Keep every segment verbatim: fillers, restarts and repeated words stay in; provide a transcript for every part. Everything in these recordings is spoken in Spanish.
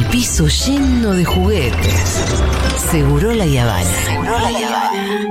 el piso lleno de juguetes. Segurola y Habana. Segurola y Habana.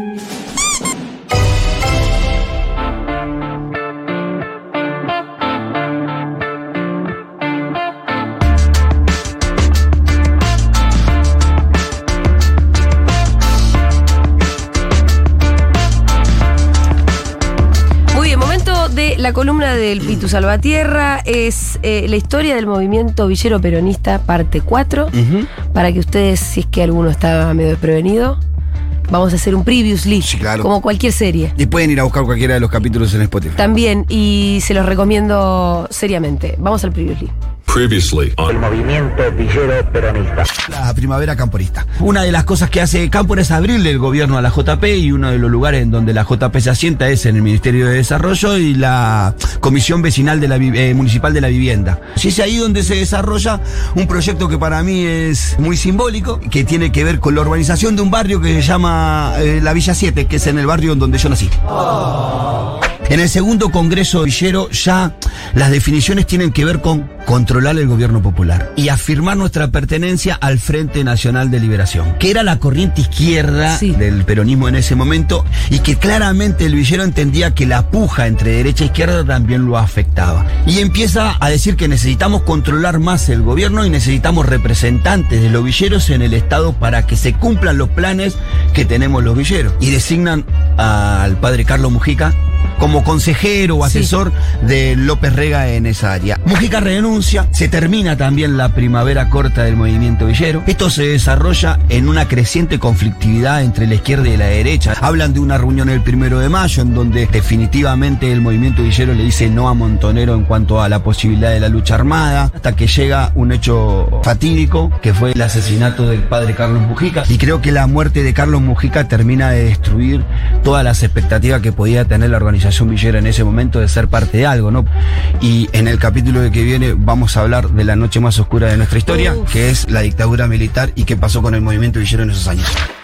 La columna del Pitu Salvatierra es eh, la historia del movimiento villero peronista, parte cuatro. Uh-huh. Para que ustedes, si es que alguno estaba medio desprevenido, vamos a hacer un previously, sí, claro, como cualquier serie. Y pueden ir a buscar cualquiera de los capítulos en Spotify. También, y se los recomiendo seriamente. Vamos al previously. Previously on... El movimiento villero peronista. La primavera camporista. Una de las cosas que hace Cámpora es abrirle el gobierno a la J P, y uno de los lugares en donde la J P se asienta es en el Ministerio de Desarrollo y la Comisión Vecinal de la, eh, Municipal de la Vivienda. Y es ahí donde se desarrolla un proyecto que para mí es muy simbólico, que tiene que ver con la urbanización de un barrio que se llama eh, la Villa siete, que es en el barrio en donde yo nací. Oh. En el segundo Congreso Villero ya las definiciones tienen que ver con controlar el gobierno popular y afirmar nuestra pertenencia al Frente Nacional de Liberación, que era la corriente izquierda, sí, del peronismo en ese momento, y que claramente el villero entendía que la puja entre derecha e izquierda también lo afectaba. Y empieza a decir que necesitamos controlar más el gobierno y necesitamos representantes de los villeros en el Estado para que se cumplan los planes que tenemos los villeros. Y designan al padre Carlos Mujica como consejero o asesor, sí, de López Rega en esa área. Mujica renuncia, se termina también la primavera corta del movimiento villero. Esto se desarrolla en una creciente conflictividad entre la izquierda y la derecha. Hablan de una reunión el primero de mayo en donde definitivamente el movimiento villero le dice no a Montonero en cuanto a la posibilidad de la lucha armada, hasta que llega un hecho fatídico que fue el asesinato del padre Carlos Mujica. Y creo que la muerte de Carlos Mujica termina de destruir todas las expectativas que podía tener la organización villera en ese momento de ser parte de algo, ¿no? Y en el capítulo que viene vamos a hablar de la noche más oscura de nuestra historia, Uf. que es la dictadura militar y qué pasó con el movimiento villero en esos años.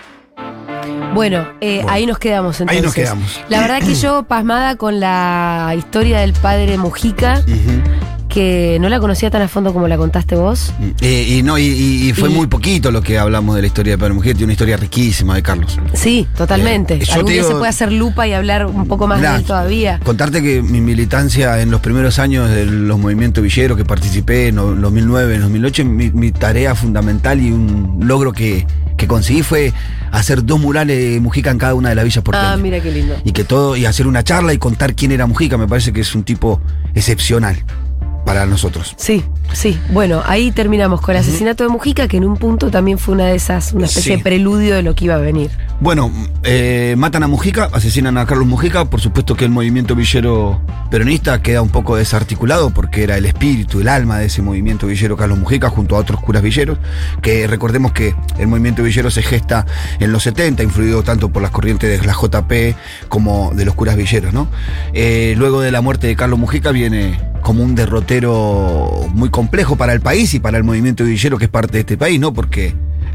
Bueno, eh, bueno, ahí nos quedamos entonces. Ahí nos quedamos. La verdad que yo pasmada con la historia del padre Mujica, uh-huh, que no la conocía tan a fondo como la contaste vos. Eh, y no, y, y fue y, muy poquito lo que hablamos de la historia de Padre Mujica, tiene una historia riquísima de Carlos. Sí, totalmente. Eh, Algún día digo, se puede hacer lupa y hablar un poco más nah, de él todavía. Contarte que mi militancia en los primeros años de los movimientos villeros que participé en los dos mil nueve, en los dos mil ocho, mi, mi tarea fundamental y un logro que, que conseguí fue hacer dos murales de Mujica en cada una de las villas porteñas. Ah, mira qué lindo. Y que todo, y hacer una charla y contar quién era Mujica, me parece que es un tipo excepcional para nosotros. Sí, sí. Bueno, ahí terminamos con el asesinato de Mujica, que en un punto también fue una de esas, una especie sí. de preludio de lo que iba a venir. Bueno, eh, matan a Mujica, asesinan a Carlos Mujica. Por supuesto que el movimiento villero peronista queda un poco desarticulado porque era el espíritu, el alma de ese movimiento villero Carlos Mujica junto a otros curas villeros, que recordemos que el movimiento villero se gesta en los setenta, influido tanto por las corrientes de la J P como de los curas villeros, ¿no? Eh, luego de la muerte de Carlos Mujica viene como un derrotero muy complejo para el país y para el movimiento villero que es parte de este país, ¿no? Porque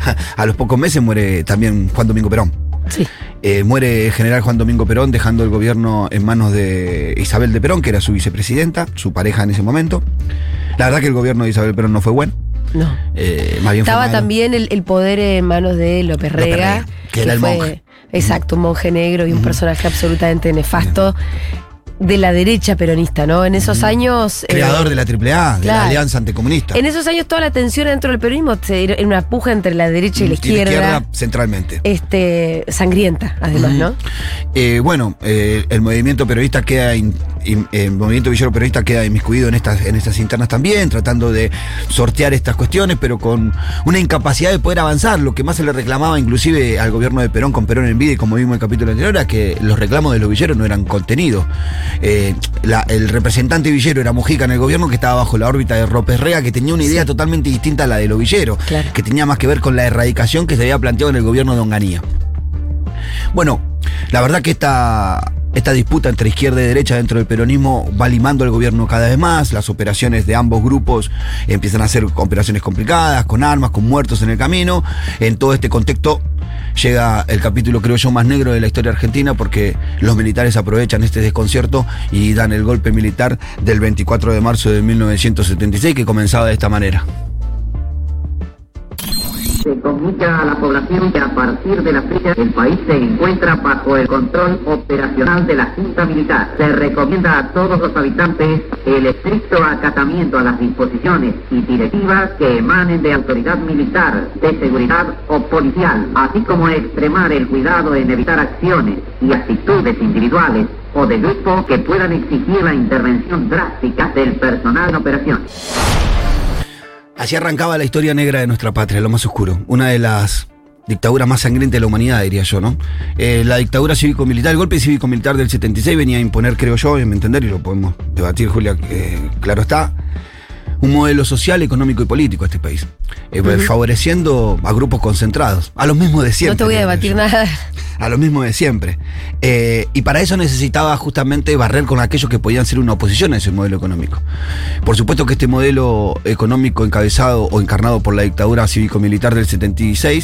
a los pocos meses muere también Juan Domingo Perón. Sí. Eh, muere el general Juan Domingo Perón, dejando el gobierno en manos de Isabel de Perón, que era su vicepresidenta, su pareja en ese momento. La verdad que el gobierno de Isabel Perón no fue bueno. No. Eh, más bien Estaba fue también el, el poder en manos de López Rega, López Rega que, que era el fue, monje. Exacto, un monje negro y un uh-huh. personaje absolutamente nefasto. Uh-huh. De la derecha peronista, ¿no? En esos años... Creador eh, de la triple A, de claro. la Alianza Anticomunista. En esos años toda la tensión dentro del peronismo era una puja entre la derecha y la izquierda. Y la izquierda centralmente. Este, sangrienta, además, uh-huh. ¿no? Eh, bueno, eh, el movimiento peronista queda... In, in, el movimiento villero peronista queda inmiscuido en estas, en estas internas también, tratando de sortear estas cuestiones, pero con una incapacidad de poder avanzar. Lo que más se le reclamaba inclusive al gobierno de Perón con Perón en vida, y como vimos en el capítulo anterior, era que los reclamos de los villeros no eran contenidos. Eh, La, el representante villero era Mujica en el gobierno, que estaba bajo la órbita de López Rega, que tenía una idea sí. totalmente distinta a la de los villeros, claro. que tenía más que ver con la erradicación que se había planteado en el gobierno de Onganía. Bueno, la verdad que esta, esta disputa entre izquierda y derecha dentro del peronismo va limando el gobierno cada vez más. Las operaciones de ambos grupos empiezan a ser operaciones complicadas, con armas, con muertos en el camino. En todo este contexto llega el capítulo, creo yo, más negro de la historia argentina, porque los militares aprovechan este desconcierto y dan el golpe militar del veinticuatro de marzo de mil novecientos setenta y seis, que comenzaba de esta manera. Se comunica a la población que a partir de la fecha el país se encuentra bajo el control operacional de la Junta Militar. Se recomienda a todos los habitantes el estricto acatamiento a las disposiciones y directivas que emanen de autoridad militar, de seguridad o policial, así como extremar el cuidado en evitar acciones y actitudes individuales o de grupo que puedan exigir la intervención drástica del personal en operación. Así arrancaba la historia negra de nuestra patria, lo más oscuro. Una de las dictaduras más sangrientas de la humanidad, diría yo, ¿no? Eh, la dictadura cívico-militar, el golpe cívico-militar del setenta y seis venía a imponer, creo yo, en mi entender, y lo podemos debatir, Julia, eh, claro está, un modelo social, económico y político a este país, eh, uh-huh. favoreciendo a grupos concentrados, a los mismos de siempre. No te voy a debatir nada. A los mismos de siempre. Eh, y para eso necesitaba justamente barrer con aquellos que podían ser una oposición a ese modelo económico. Por supuesto que este modelo económico encabezado o encarnado por la dictadura cívico-militar del setenta y seis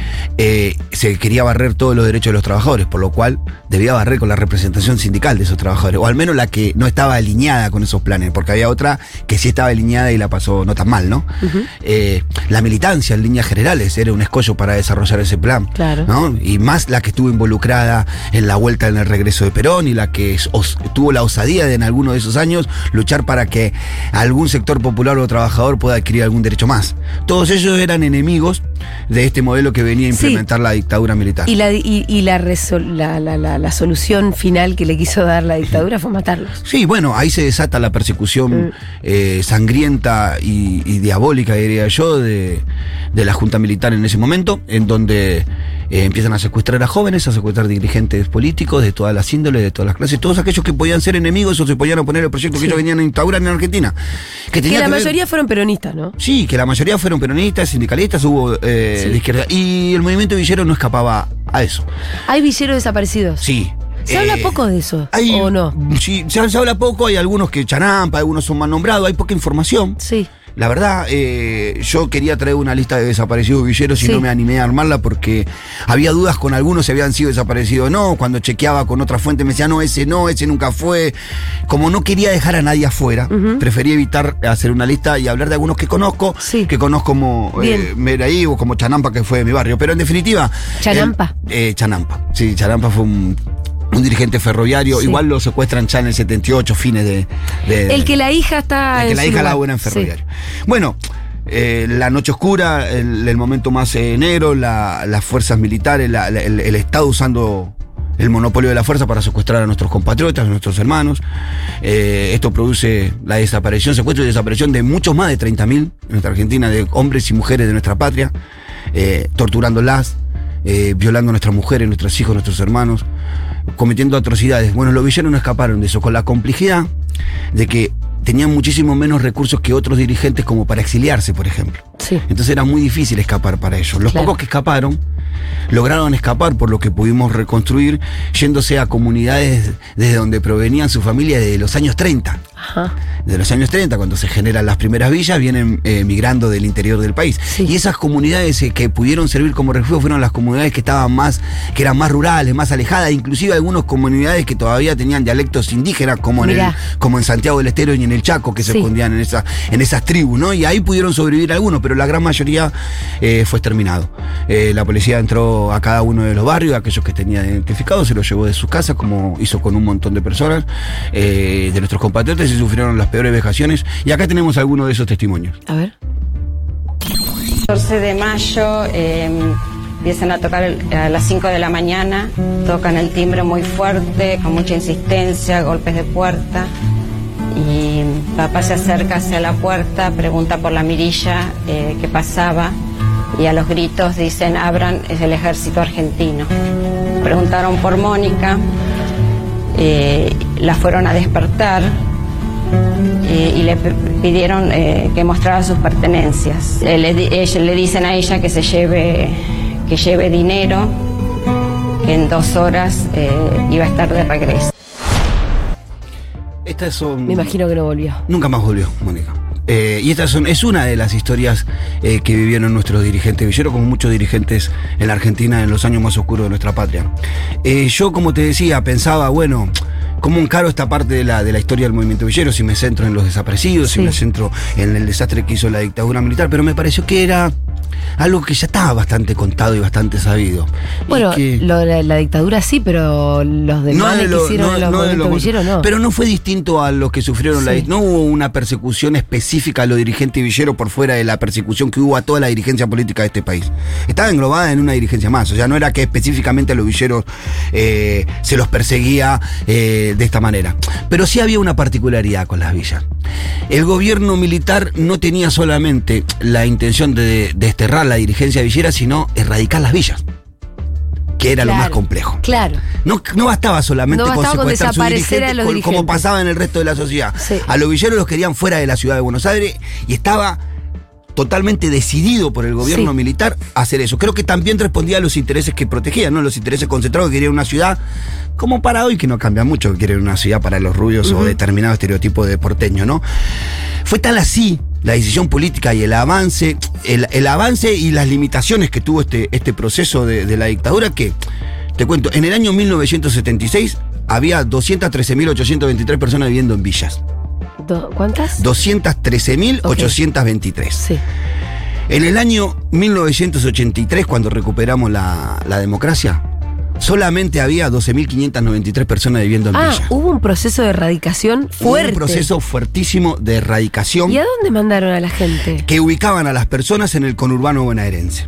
eh, se quería barrer todos los derechos de los trabajadores, por lo cual debía barrer con la representación sindical de esos trabajadores, o al menos la que no estaba alineada con esos planes, porque había otra que sí estaba alineada y la pasó no tan mal, ¿no? Uh-huh. Eh, la militancia en líneas generales era un escollo para desarrollar ese plan, claro, ¿no? Y más la que estuvo involucrada en la vuelta en el regreso de Perón y la que os, tuvo la osadía de en alguno de esos años luchar para que algún sector popular o trabajador pueda adquirir algún derecho más. Todos ellos eran enemigos de este modelo que venía a implementar sí. la dictadura militar. Y, la, y, y la, resol, la, la, la, la solución final que le quiso dar la dictadura fue matarlos. Sí, bueno, ahí se desata la persecución mm. eh, sangrienta y, y diabólica, diría yo, de, de la Junta Militar en ese momento, en donde eh, empiezan a secuestrar a jóvenes, a secuestrar dirigentes políticos de todas las índoles, de todas las clases, todos aquellos que podían ser enemigos o se podían oponer al proyecto sí. que ellos venían a instaurar en Argentina. Que, que la que mayoría ver... fueron peronistas, ¿no? Sí, que la mayoría fueron peronistas, sindicalistas, hubo eh, sí. de izquierda. Y el movimiento villero no escapaba a eso. ¿Hay villeros desaparecidos? Sí. ¿Se eh, habla poco de eso? Hay, ¿O no? Sí, se, se habla poco, hay algunos que chanampa, algunos son mal nombrados, hay poca información. Sí. La verdad, eh, yo quería traer una lista de desaparecidos villeros y sí. no me animé a armarla porque había dudas con algunos si habían sido desaparecidos o no. Cuando chequeaba con otra fuente me decía, no, ese no, ese nunca fue. Como no quería dejar a nadie afuera, uh-huh. preferí evitar hacer una lista y hablar de algunos que conozco, sí. que conozco como eh, Meraí o como Chanampa, que fue de mi barrio. Pero en definitiva... ¿Chanampa? El, eh, Chanampa, sí, Chanampa fue un... un dirigente ferroviario, sí. igual lo secuestran ya en el setenta y ocho, fines de... de el que la hija está... El que en la su hija lugar. la buena en ferroviario. Sí. Bueno, eh, la noche oscura, el, el momento más eh, negro, la, las fuerzas militares, la, la, el, el Estado usando el monopolio de la fuerza para secuestrar a nuestros compatriotas, a nuestros hermanos. Eh, esto produce la desaparición, secuestro y desaparición de muchos más de treinta mil en nuestra Argentina, de hombres y mujeres de nuestra patria, eh, torturándolas, eh, violando a nuestras mujeres, nuestros hijos, nuestros hermanos, cometiendo atrocidades. Bueno, los villanos no escaparon de eso, con la complejidad de que tenían muchísimo menos recursos que otros dirigentes como para exiliarse, por ejemplo. Sí. Entonces era muy difícil escapar para ellos. Los claro. pocos que escaparon lograron escapar, por lo que pudimos reconstruir, yéndose a comunidades desde donde provenían su familia desde los años treinta. Ajá. De los años treinta, cuando se generan las primeras villas, vienen eh, migrando del interior del país. Sí. Y esas comunidades eh, que pudieron servir como refugio fueron las comunidades que estaban más, que eran más rurales, más alejadas, inclusive algunas comunidades que todavía tenían dialectos indígenas, como en, el, como en Santiago del Estero y en el Chaco, que se sí. escondían en, esa, en esas tribus, ¿no? Y ahí pudieron sobrevivir algunos, pero la gran mayoría eh, fue exterminado. Eh, la policía entró a cada uno de los barrios, aquellos que tenían identificados, se los llevó de sus casas, como hizo con un montón de personas, eh, de nuestros compatriotas, y sufrieron las peores vejaciones. Y acá tenemos algunos de esos testimonios. A ver. catorce de mayo, eh, empiezan a tocar el, a las cinco de la mañana, tocan el timbre muy fuerte, con mucha insistencia, golpes de puerta. Y papá se acerca hacia la puerta, pregunta por la mirilla, eh, qué pasaba, y a los gritos dicen, abran, es el ejército argentino. Preguntaron por Mónica, eh, la fueron a despertar eh, y le pidieron eh, que mostrara sus pertenencias. Eh, le, ella, le dicen a ella que se lleve, que lleve dinero, que en dos horas eh, iba a estar de regreso. Estas son... Me imagino que no volvió. Nunca más volvió, Mónica. Eh, y esta son, es una de las historias eh, que vivieron nuestros dirigentes villeros, como muchos dirigentes en la Argentina en los años más oscuros de nuestra patria. Eh, yo, como te decía, pensaba, bueno, ¿cómo encaro esta parte de la, de la historia del movimiento villero? Si me centro en los desaparecidos, sí. si me centro en el desastre que hizo la dictadura militar, pero me pareció que era algo que ya estaba bastante contado y bastante sabido. Bueno, Y que- lo de la, la dictadura sí, pero los demás de que lo- hicieron no- los no de movimientos lo- villeros no. Pero no fue distinto a los que sufrieron la... Sí. No hubo una persecución específica a los dirigentes villeros por fuera de la persecución que hubo a toda la dirigencia política de este país. Estaba englobada en una dirigencia más. O sea, no era que específicamente a los villeros eh, se los perseguía eh, de esta manera. Pero sí había una particularidad con las villas. El gobierno militar no tenía solamente la intención de desterrar la dirigencia villera, sino erradicar las villas, que era lo Claro, más complejo. Claro. No, no bastaba solamente No bastaba con con secuestrar sus desaparecer a dirigentes, los con- como dirigentes. pasaba en el resto de la sociedad. Sí. A los villeros los querían fuera de la ciudad de Buenos Aires y estaba totalmente decidido por el gobierno Sí. militar a hacer eso. Creo que también respondía a los intereses que protegían, ¿no? Los intereses concentrados que querían una ciudad, como para hoy, que no cambia mucho, que quieren una ciudad para los rubios o determinado estereotipo de porteño, ¿no? Fue tal así la decisión política y el avance, el, el avance y las limitaciones que tuvo este, este proceso de, de la dictadura que, te cuento, en el año mil novecientos setenta y seis había doscientas trece mil ochocientas veintitrés personas viviendo en villas. Do- ¿Cuántas? doscientas trece mil ochocientas veintitrés. Sí. En el año mil novecientos ochenta y tres, cuando recuperamos la, la democracia, solamente había doce mil quinientas noventa y tres personas viviendo en Ah, villas. hubo un proceso de erradicación Hubo fuerte. un proceso fuertísimo de erradicación ¿Y a dónde mandaron a la gente? que ubicaban a las personas en el conurbano bonaerense.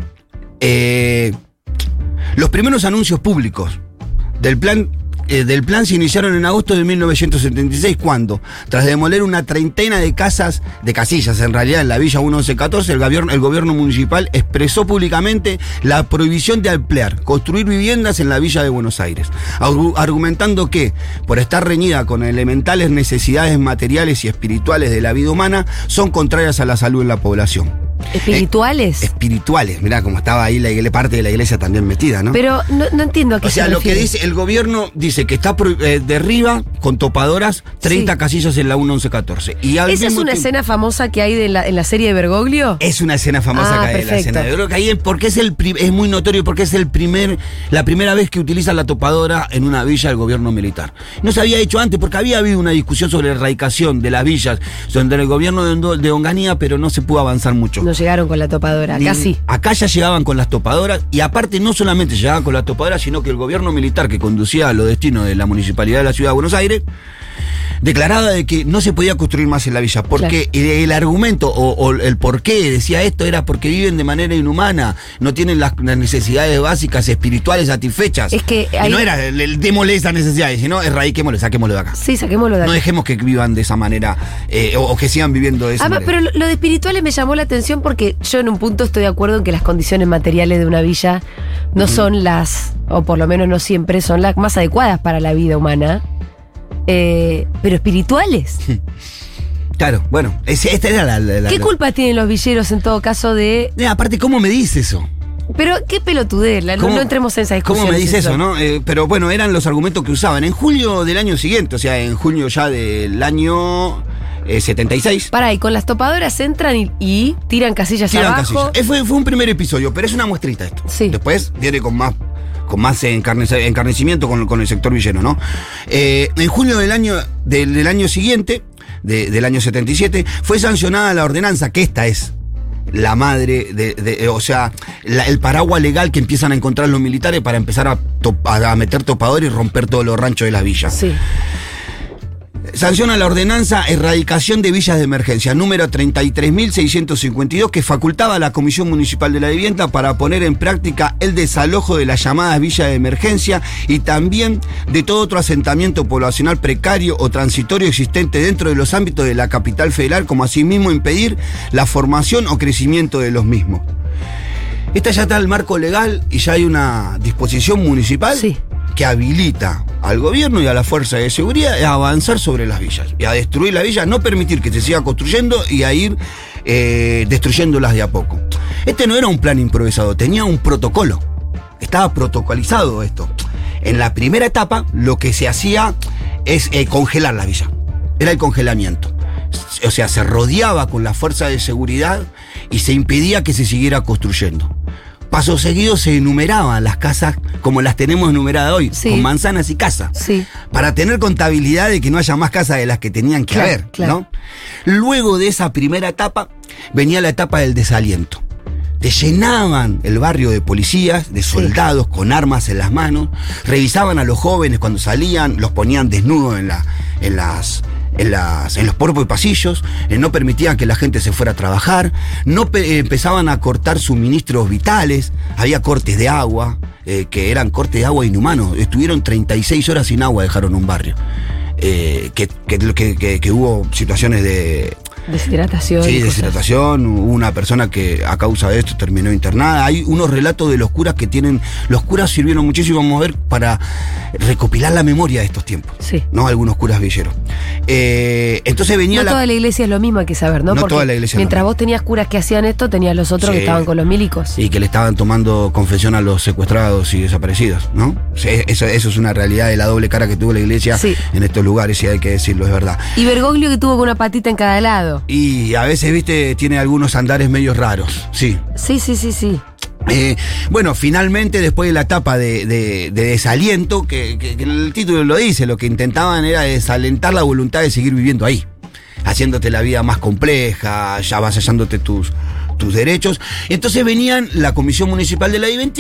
Eh, los primeros anuncios públicos del plan, eh, del plan se iniciaron en agosto de mil novecientos setenta y seis, cuando, tras demoler una treintena de casas, de casillas en realidad, en la Villa mil once catorce, el gobierno, el gobierno municipal expresó públicamente la prohibición de ampliar, construir viviendas en la Villa de Buenos Aires, argu- argumentando que, por estar reñida con elementales necesidades materiales y espirituales de la vida humana, son contrarias a la salud en la población. ¿Espirituales? Espirituales, mirá cómo estaba ahí la iglesia, parte de la iglesia también metida, ¿no? Pero no, no entiendo a qué O sea, se lo que refiere. dice el gobierno dice que está pro- eh, derriba con topadoras treinta Sí. casillas en la mil once catorce. Y al ¿Esa es mismo una tiempo- escena famosa que hay de la- en la serie de Bergoglio? Es una escena famosa Ah, que hay en la perfecto. escena. Yo creo que ahí es porque es el pri- es muy notorio porque es el primer la primera vez que utilizan la topadora en una villa del gobierno militar. No se había hecho antes porque había habido una discusión sobre la erradicación de las villas sobre el gobierno de, Ondo- de Onganía, pero no se pudo avanzar mucho. No llegaron con la topadora, Ni- acá sí. Acá ya llegaban con las topadoras y aparte no solamente llegaban con las topadoras, sino que el gobierno militar que conducía a los destinos de la municipalidad de la ciudad de Buenos Aires declaraba de que no se podía construir más en la villa, porque el, el argumento o, o el por qué decía esto era porque viven de manera inhumana, no tienen las, las necesidades básicas espirituales satisfechas. Es que Y ahí- no era el, el démosle esas necesidades, sino erradiquémosle, saquémoslo de acá. Sí, saquémoslo de acá. No dejemos que vivan de esa manera eh, o, o que sigan viviendo de esa Además, manera. pero lo, lo de espirituales me llamó la atención porque yo en un punto estoy de acuerdo en que las condiciones materiales de una villa no son las, o por lo menos no siempre, son las más adecuadas para la vida humana. Eh, pero espirituales. Claro, bueno, ese- esta era la... la- la- ¿Qué la- culpa tienen los villeros en todo caso de...? Eh, aparte, ¿cómo me dice eso? Pero qué pelotudez, la- no, ¿Cómo- no entremos en esa discusión. ¿Cómo me dice eso, no? Eh, pero bueno, eran los argumentos que usaban. En julio del año siguiente, o sea, en junio ya del año eh, setenta y seis. Pará, y con las topadoras entran y, y tiran casillas tiran abajo. casillas. Eh, fue, fue un primer episodio, pero es una muestrita esto. Sí. Después viene con más con más encarnece- encarnecimiento con, con el sector villero, ¿no? Eh, en junio del año, del, del año siguiente, de- del año setenta y siete, fue sancionada la ordenanza, que esta es la madre, de, de- eh, o sea, la- el paraguas legal que empiezan a encontrar los militares para empezar a, top- a- a meter topadores y romper todos los ranchos de las villas. Sí. Sanciona la ordenanza Erradicación de Villas de Emergencia, número treinta y tres mil seiscientos cincuenta y dos, que facultaba a la Comisión Municipal de la Vivienda para poner en práctica el desalojo de las llamadas villas de emergencia y también de todo otro asentamiento poblacional precario o transitorio existente dentro de los ámbitos de la capital federal, como asimismo impedir la formación o crecimiento de los mismos. Esta ya está el marco legal y ya hay una disposición municipal Sí. que habilita al gobierno y a la fuerza de seguridad a avanzar sobre las villas y a destruir la villa, no permitir que se siga construyendo y a ir eh, destruyéndolas de a poco. Este no era un plan improvisado, tenía un protocolo. Estaba protocolizado esto. En la primera etapa, lo que se hacía es eh, congelar la villa. Era el congelamiento. O sea, se rodeaba con la fuerza de seguridad y se impedía que se siguiera construyendo. Paso seguido se enumeraban las casas como las tenemos enumeradas hoy, Sí. con manzanas y casas. Sí. Para tener contabilidad de que no haya más casas de las que tenían que Claro, haber, claro. ¿no? Luego de esa primera etapa, venía la etapa del desaliento. te llenaban el barrio de policías, de soldados sí. con armas en las manos, revisaban a los jóvenes cuando salían, los ponían desnudos en, la, en las... En, las, en los puertos y pasillos, eh, no permitían que la gente se fuera a trabajar, no eh, empezaban a cortar suministros vitales, había cortes de agua, eh, que eran cortes de agua inhumanos, estuvieron treinta y seis horas sin agua, dejaron un barrio, eh, que, que, que, que, que hubo situaciones de... Deshidratación. Sí, deshidratación. Hubo una persona que a causa de esto terminó internada. Hay unos relatos de los curas que tienen... Los curas sirvieron muchísimo, vamos a ver, para recopilar la memoria de estos tiempos. Sí. ¿No? Algunos curas villeros. Eh, entonces venía no la... toda la iglesia es lo mismo, hay que saber, ¿no? No Porque toda la iglesia mientras no. vos tenías curas que hacían esto, tenías los otros sí. que estaban con los milicos. Y que le estaban tomando confesión a los secuestrados y desaparecidos, ¿no? O sea, eso, eso es una realidad de la doble cara que tuvo la iglesia sí. en estos lugares, y hay que decirlo, es verdad. Y Bergoglio, que tuvo con una patita en cada lado. Y a veces, viste, tiene algunos andares medios raros, sí. Sí, sí, sí, sí. Eh, bueno, finalmente, después de la etapa de, de, de desaliento, que, que, que el título lo dice, lo que intentaban era desalentar la voluntad de seguir viviendo ahí, haciéndote la vida más compleja, ya avasallándote tus, tus derechos. Entonces venían la Comisión Municipal de la Vivienda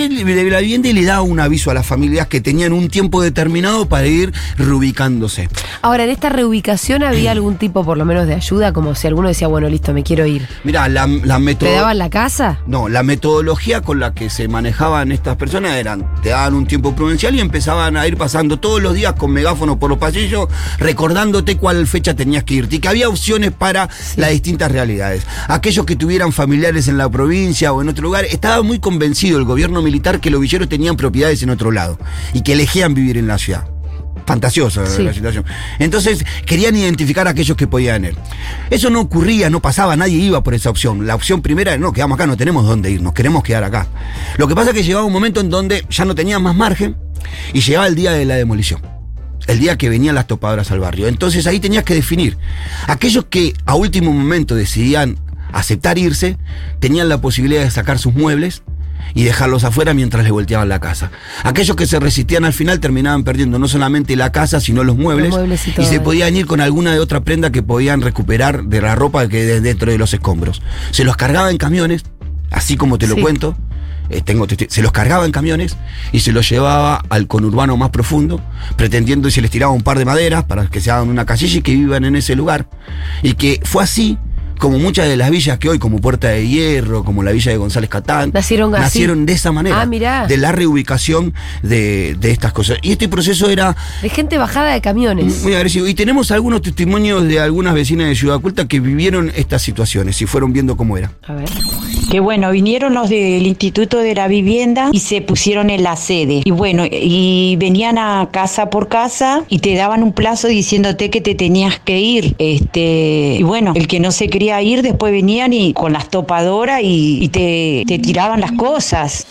y le daba un aviso a las familias que tenían un tiempo determinado para ir reubicándose. Ahora, ¿en esta reubicación había algún tipo, por lo menos, de ayuda? Como si alguno decía, bueno, listo, me quiero ir. Mirá, la, la metodología... ¿Te daban la casa? No, la metodología con la que se manejaban estas personas eran, te daban un tiempo prudencial y empezaban a ir pasando todos los días con megáfono por los pasillos, recordándote cuál fecha tenías que irte, y que había opciones para sí. las distintas realidades. Aquellos que tuvieran familiares en la provincia o en otro lugar, estaba muy convencido el gobierno militar que los villeros tenían propiedades en otro lado y que elegían vivir en la ciudad. Fantasiosa sí. la situación. Entonces querían identificar a aquellos que podían ir. Eso no ocurría, no pasaba, nadie iba por esa opción. La opción primera era, no, quedamos acá, no tenemos dónde ir, nos queremos quedar acá. Lo que pasa es que llegaba un momento en donde ya no tenían más margen y llegaba el día de la demolición. El día que venían las topadoras al barrio. Entonces ahí tenías que definir. Aquellos que a último momento decidían aceptar irse, tenían la posibilidad de sacar sus muebles y dejarlos afuera mientras les volteaban la casa. Aquellos que se resistían al final terminaban perdiendo no solamente la casa, sino los muebles, los muebles y, todo, y se podían ir con alguna de otra prenda que podían recuperar de la ropa que de dentro de los escombros. Se los cargaba en camiones, así como te lo sí. cuento. Eh, tengo, se los cargaba en camiones y se los llevaba al conurbano más profundo, pretendiendo y se les tiraba un par de maderas para que se hagan una casilla y que vivan en ese lugar. Y que fue así como muchas de las villas que hoy, como Puerta de Hierro, como la villa de González Catán, nacieron, nacieron de esa manera, ah, mirá. de la reubicación de, de estas cosas. Y este proceso era... de gente bajada de camiones. Muy agresivo. Y tenemos algunos testimonios de algunas vecinas de Ciudad Culta que vivieron estas situaciones y fueron viendo cómo era. A ver. Que bueno, vinieron los del Instituto de la Vivienda y se pusieron en la sede. Y bueno, y venían a casa por casa y te daban un plazo diciéndote que te tenías que ir. Este, y bueno, el que no se quería ir, después venían y con las topadoras y, y te, te tiraban las cosas.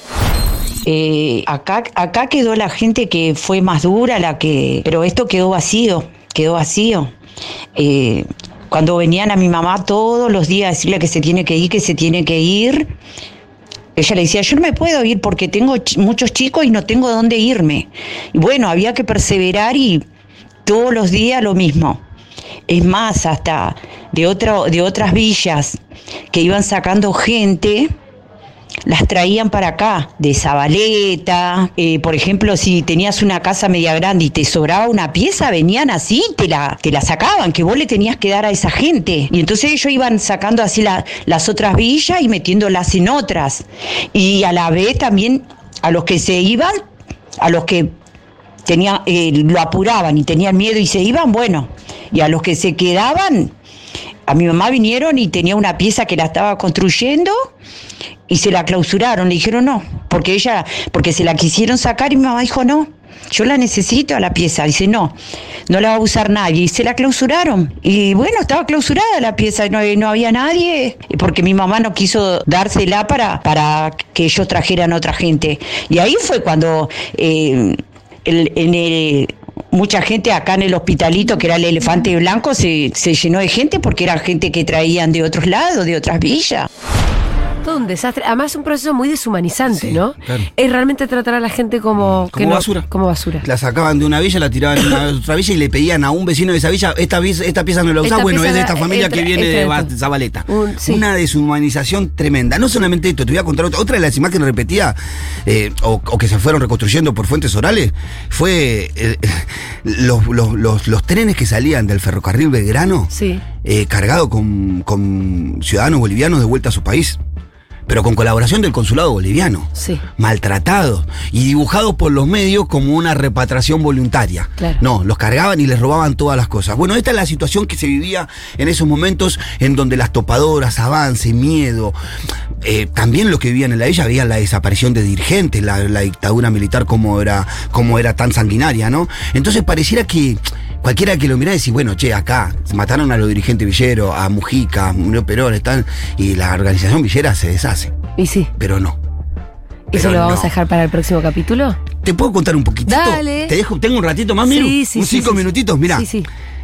Eh, acá, acá quedó la gente que fue más dura, la que, pero esto quedó vacío, quedó vacío. Eh, Cuando venían a mi mamá todos los días a decirle que se tiene que ir, que se tiene que ir, ella le decía, yo no me puedo ir porque tengo ch- muchos chicos y no tengo dónde irme. Y bueno, había que perseverar y todos los días lo mismo. Es más, hasta de, otro, de otras villas que iban sacando gente, las traían para acá, de Zabaleta. Eh, por ejemplo, si tenías una casa media grande y te sobraba una pieza, venían así y te la, te la sacaban, que vos le tenías que dar a esa gente. Y entonces ellos iban sacando así la, las otras villas y metiéndolas en otras. Y a la vez también a los que se iban, a los que tenían, eh, lo apuraban y tenían miedo y se iban, bueno. Y a los que se quedaban, a mi mamá vinieron y tenía una pieza que la estaba construyendo y se la clausuraron, le dijeron no, porque ella, porque se la quisieron sacar y mi mamá dijo no, yo la necesito a la pieza, dice no, no la va a usar nadie, y se la clausuraron, y bueno, estaba clausurada la pieza, no, no había nadie, porque mi mamá no quiso dársela para, para que ellos trajeran a otra gente, y ahí fue cuando eh, el, en el... mucha gente acá en el hospitalito, que era el Elefante Blanco, se, se llenó de gente porque era gente que traían de otros lados, de otras villas. Todo un desastre. Además es un proceso muy deshumanizante, Sí, ¿no? claro. Es realmente tratar a la gente como... Como que basura. No, como basura. La sacaban de una villa, la tiraban en una otra villa y le pedían a un vecino de esa villa, esta, vi- esta pieza no la usás, Esta bueno, pieza es de la- esta familia entra- que viene de entra Ba- esto. Zabaleta. Un- sí. Una deshumanización tremenda. No solamente esto, te voy a contar otra, otra de las imágenes repetidas, eh, o, o que se fueron reconstruyendo por fuentes orales, fue eh, los, los, los, los trenes que salían del ferrocarril Belgrano, Sí. eh, cargado con, con ciudadanos bolivianos de vuelta a su país, pero con colaboración del consulado boliviano. Sí. Maltratados y dibujados por los medios como una repatriación voluntaria. Claro. No, los cargaban y les robaban todas las cosas. Bueno, esta es la situación que se vivía en esos momentos en donde las topadoras, avance, miedo, eh, también lo que vivían en la villa, había la desaparición de dirigentes, la, la dictadura militar como era, como era tan sanguinaria, ¿no? Entonces pareciera que cualquiera que lo mirara decía, bueno, che, acá mataron a los dirigentes villeros, a Mujica, a Muñoz Perón, están, y la organización villera se deshace. Y sí. Pero no. ¿Eso Pero lo vamos no. a dejar para el próximo capítulo? ¿Te puedo contar un poquitito? Dale. ¿Te dejo? ¿Tengo un ratito más, Miru? Sí, sí, ¿Un sí, cinco sí, minutitos? Mira. Sí, sí.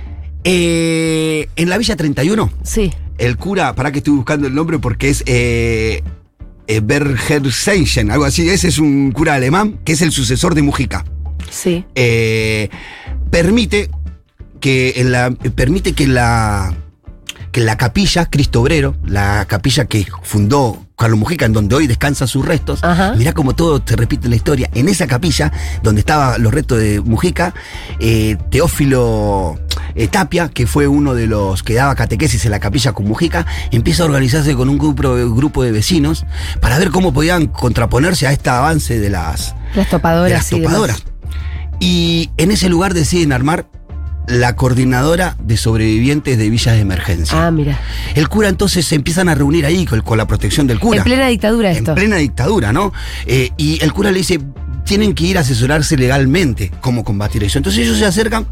Eh, en la Villa treinta y uno, Sí. el cura, para que estoy buscando el nombre porque es eh, eh, Bergersenchen, algo así. Ese es un cura alemán que es el sucesor de Mujica. Sí. Eh, permite que en la permite que la que la capilla Cristo Obrero, la capilla que fundó Carlos Mujica, en donde hoy descansan sus restos, Ajá. mirá cómo todo se repite en la historia. En esa capilla, donde estaban los restos de Mujica, eh, Teófilo eh, Tapia, que fue uno de los que daba catequesis en la capilla con Mujica, empieza a organizarse con un grupo, grupo de vecinos para ver cómo podían contraponerse a este avance de las, Las topadoras. de las y demás. topadoras. Y en ese lugar deciden armar la coordinadora de sobrevivientes de villas de emergencia. Ah, mira. El cura entonces se empiezan a reunir ahí con, con la protección del cura. En plena dictadura esto. En plena dictadura, ¿no? Eh, y el cura le dice, tienen que ir a asesorarse legalmente cómo combatir eso. Entonces ellos se acercan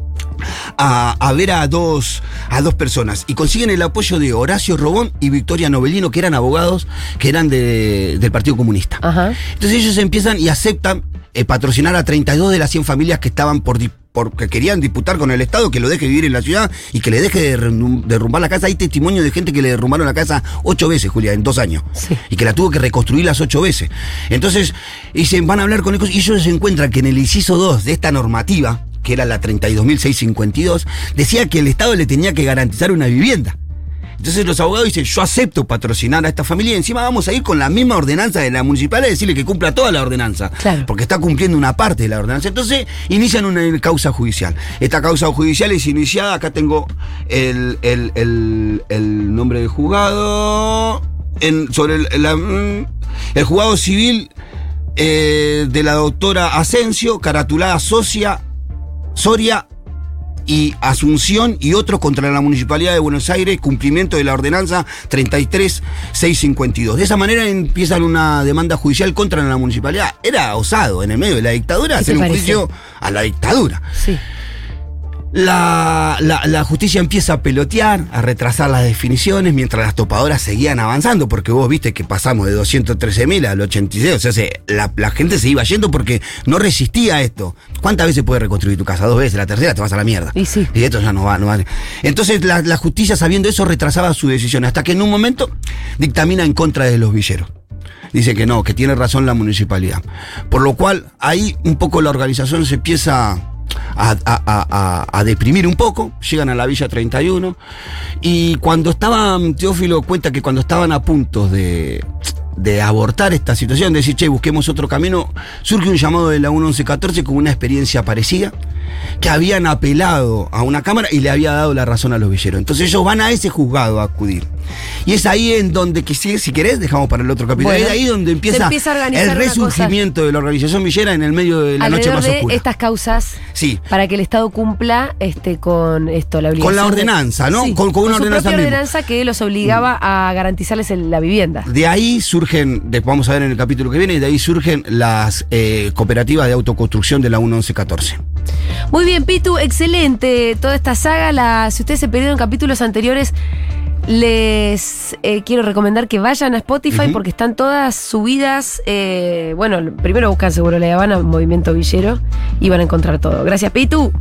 a, a ver a dos, a dos personas y consiguen el apoyo de Horacio Robón y Victoria Novelino, que eran abogados, que eran de- del Partido Comunista. Ajá. Entonces ellos empiezan y aceptan eh, patrocinar a treinta y dos de las cien familias que estaban por, di- por que querían disputar con el Estado, que lo deje vivir en la ciudad y que le deje de derrum- derrumbar la casa. Hay testimonio de gente que le derrumbaron la casa ocho veces, Julia, en dos años. Sí. Y que la tuvo que reconstruir las ocho veces. Entonces, dicen, van a hablar con ellos y ellos se encuentran que en el inciso dos de esta normativa, que era la treinta y dos mil seiscientos cincuenta y dos, decía que el Estado le tenía que garantizar una vivienda. Entonces los abogados dicen, yo acepto patrocinar a esta familia y encima vamos a ir con la misma ordenanza de la municipal y decirle que cumpla toda la ordenanza. Claro. Porque está cumpliendo una parte de la ordenanza. Entonces inician una causa judicial. Esta causa judicial es iniciada, acá tengo el, el, el, el nombre del juzgado, en, sobre el, la, mm, el juzgado civil eh, de la doctora Asensio, caratulada Socia, Soria y Asunción y otros contra la Municipalidad de Buenos Aires, cumplimiento de la ordenanza treinta y tres mil seiscientos cincuenta y dos. De esa manera empiezan una demanda judicial contra la municipalidad. Era osado en el medio de la dictadura ¿Qué te hacer un parece? juicio a la dictadura. Sí. La, la, la justicia empieza a pelotear, a retrasar las definiciones, mientras las topadoras seguían avanzando, porque vos viste que pasamos de doscientos trece mil al ochenta y seis, o sea, se- la, la gente se iba yendo porque no resistía a esto. ¿Cuántas veces puedes reconstruir tu casa? Dos veces, la tercera te vas a la mierda. Y sí. Y esto ya no va, no va. Entonces la, la justicia, sabiendo eso, retrasaba su decisión, hasta que en un momento dictamina en contra de los villeros. Dice que no, que tiene razón la municipalidad. Por lo cual, ahí un poco la organización se empieza a, a- a- a- a deprimir un poco. Llegan a la Villa treinta y uno. Y cuando estaban, Teófilo cuenta que cuando estaban a punto de, de abortar esta situación, de decir, che, busquemos otro camino, surge un llamado de la uno once catorce con una experiencia parecida, que habían apelado a una cámara y le había dado la razón a los villeros. Entonces ellos van a ese juzgado a acudir. Y es ahí en donde, que si, si querés, dejamos para el otro capítulo, Bueno, es ahí donde empieza, se empieza a organizar el una resurgimiento de la organización villera en el medio de la noche Alrededor más de oscura. estas causas, Sí. para que el Estado cumpla este con esto, la obligación. Con la de- ordenanza, ¿no? Sí, Con- con una su ordenanza propia misma. ordenanza que los obligaba a garantizarles el- la vivienda. De ahí surgen, después vamos a ver en el capítulo que viene, de ahí surgen las eh, cooperativas de autoconstrucción de la uno once catorce. Muy bien, Pitu, excelente toda esta saga. La, si ustedes se perdieron capítulos anteriores, les eh, quiero recomendar que vayan a Spotify Ujú. porque están todas subidas. eh, bueno, primero buscan Seguro La Habana, Movimiento Villero, y van a encontrar todo. Gracias, Pitu.